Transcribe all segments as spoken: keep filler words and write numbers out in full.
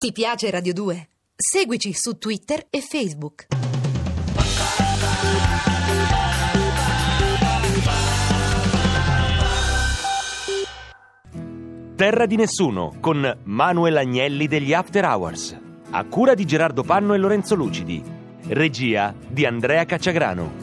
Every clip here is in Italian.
Ti piace Radio due? Seguici su Twitter e Facebook. Terra di Nessuno con Manuel Agnelli degli After Hours, a cura di Gerardo Panno e Lorenzo Lucidi, regia di Andrea Cacciagrano.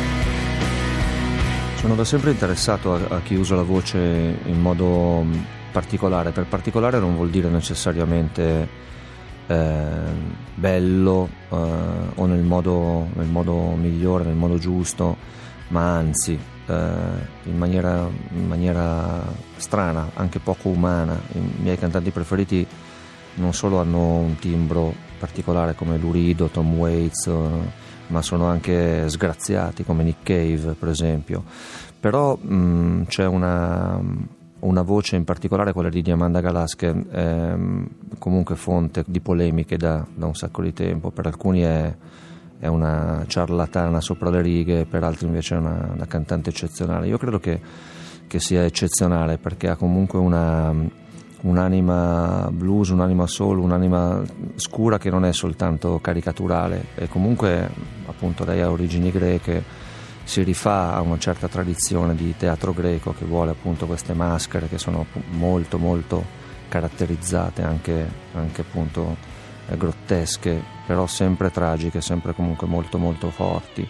Sono da sempre interessato a, a chi usa la voce in modo particolare. Per particolare non vuol dire necessariamente eh, bello eh, o nel modo, nel modo migliore, nel modo giusto, ma anzi eh, in maniera, in maniera strana, anche poco umana. I miei cantanti preferiti non solo hanno un timbro particolare come Lou Reed o Tom Waits, eh, ma sono anche sgraziati come Nick Cave, per esempio. Però mh, c'è una, una voce in particolare, quella di Diamanda Galàs, che è comunque fonte di polemiche da, da un sacco di tempo. Per alcuni è, è una ciarlatana sopra le righe, per altri invece è una, una cantante eccezionale. Io credo che, che sia eccezionale perché ha comunque una, un'anima blues, un'anima soul, un'anima scura che non è soltanto caricaturale, e comunque appunto lei ha origini greche, si rifà a una certa tradizione di teatro greco che vuole appunto queste maschere che sono molto molto caratterizzate, anche, anche appunto eh, grottesche, però sempre tragiche, sempre comunque molto molto forti.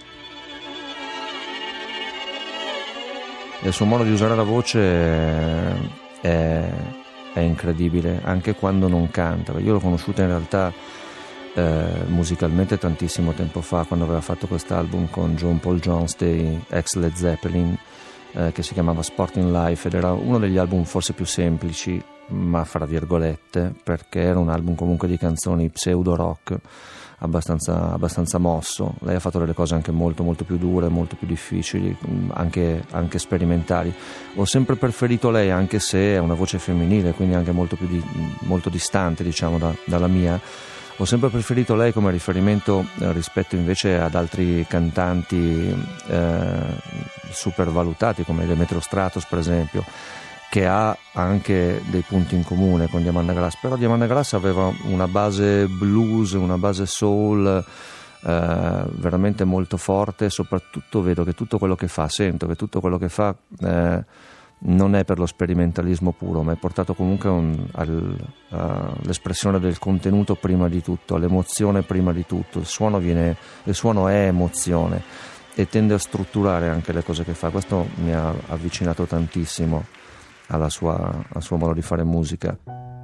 E il suo modo di usare la voce è, è incredibile, anche quando non canta. Io l'ho conosciuta in realtà Eh, musicalmente tantissimo tempo fa, quando aveva fatto quest'album con John Paul Jones dei ex Led Zeppelin, eh, che si chiamava Sporting Life, ed era uno degli album forse più semplici, ma fra virgolette, perché era un album comunque di canzoni pseudo rock abbastanza, abbastanza mosso. Lei ha fatto delle cose anche molto molto più dure, molto più difficili, anche, anche sperimentali. Ho sempre preferito lei, anche se è una voce femminile, quindi anche molto più di, molto distante, diciamo, da, dalla mia. Ho sempre preferito lei come riferimento eh, rispetto invece ad altri cantanti eh, supervalutati come Demetrio Stratos, per esempio, che ha anche dei punti in comune con Diamanda Galàs. Però Diamanda Galàs aveva una base blues, una base soul eh, veramente molto forte, e soprattutto vedo che tutto quello che fa, sento che tutto quello che fa eh, non è per lo sperimentalismo puro, ma è portato comunque un, al, uh, all'espressione del contenuto prima di tutto, all'emozione prima di tutto. Il suono, viene, il suono è emozione e tende a strutturare anche le cose che fa. Questo mi ha avvicinato tantissimo alla sua, al suo modo di fare musica.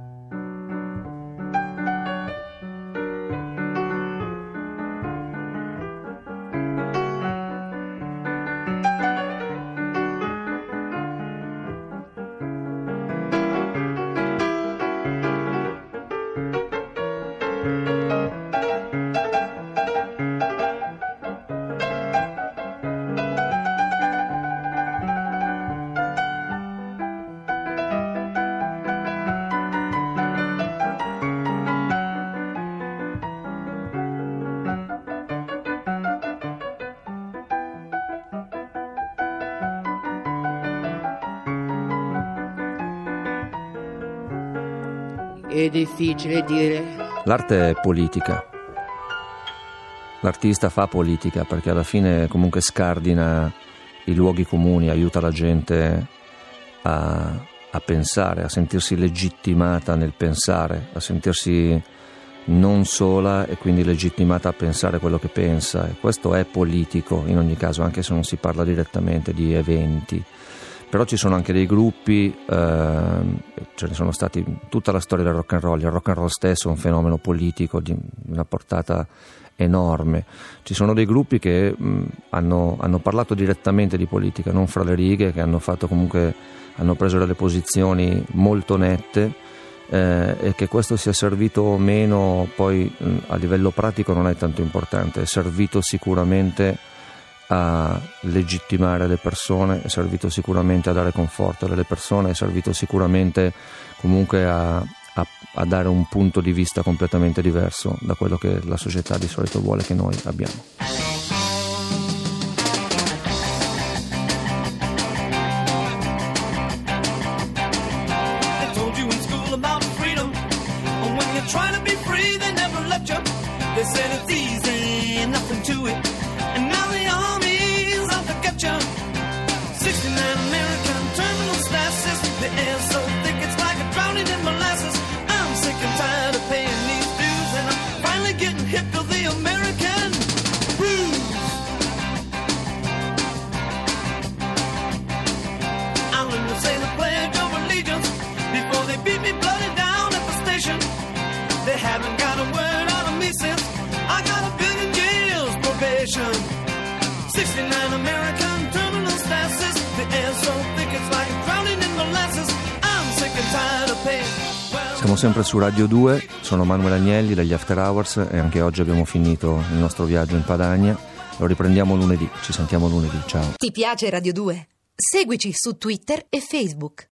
È difficile dire. L'arte è politica. L'artista fa politica perché alla fine comunque scardina i luoghi comuni, aiuta la gente a, a pensare, a sentirsi legittimata nel pensare, a sentirsi non sola e quindi legittimata a pensare quello che pensa. E questo è politico in ogni caso, anche se non si parla direttamente di eventi. Però ci sono anche dei gruppi, eh, ce ne sono stati tutta la storia del rock and roll. Il rock and roll stesso è un fenomeno politico di una portata enorme. Ci sono dei gruppi che mh, hanno, hanno parlato direttamente di politica, non fra le righe, che hanno fatto comunque, hanno preso delle posizioni molto nette, eh, e che questo sia servito o meno poi mh, a livello pratico non è tanto importante. È servito sicuramente a legittimare le persone, è servito sicuramente a dare conforto alle persone, è servito sicuramente comunque a, a, a dare un punto di vista completamente diverso da quello che la società di solito vuole che noi abbiamo. Trying to be free. free, they never let you. They said it's easy, nothing to it. And now the army's out to get you. sixty-nine American terminal statuses. The air's so thick it's like a drowning in molasses. I'm sick and tired of paying these dues, and I'm finally getting hip to the American blues. I learned to say the Pledge of Allegiance before they beat me bloody down at the station. They haven't got a word out of me since I got a billion years probation. sixty-nine American terminal statuses. The air's so thick it's like drowning in molasses. I'm sick and tired of paying. Siamo sempre su Radio due, sono Manuel Agnelli dagli After Hours e anche oggi abbiamo finito il nostro viaggio in Padania. Lo riprendiamo lunedì, ci sentiamo lunedì, ciao. Ti piace Radio due? Seguici su Twitter e Facebook.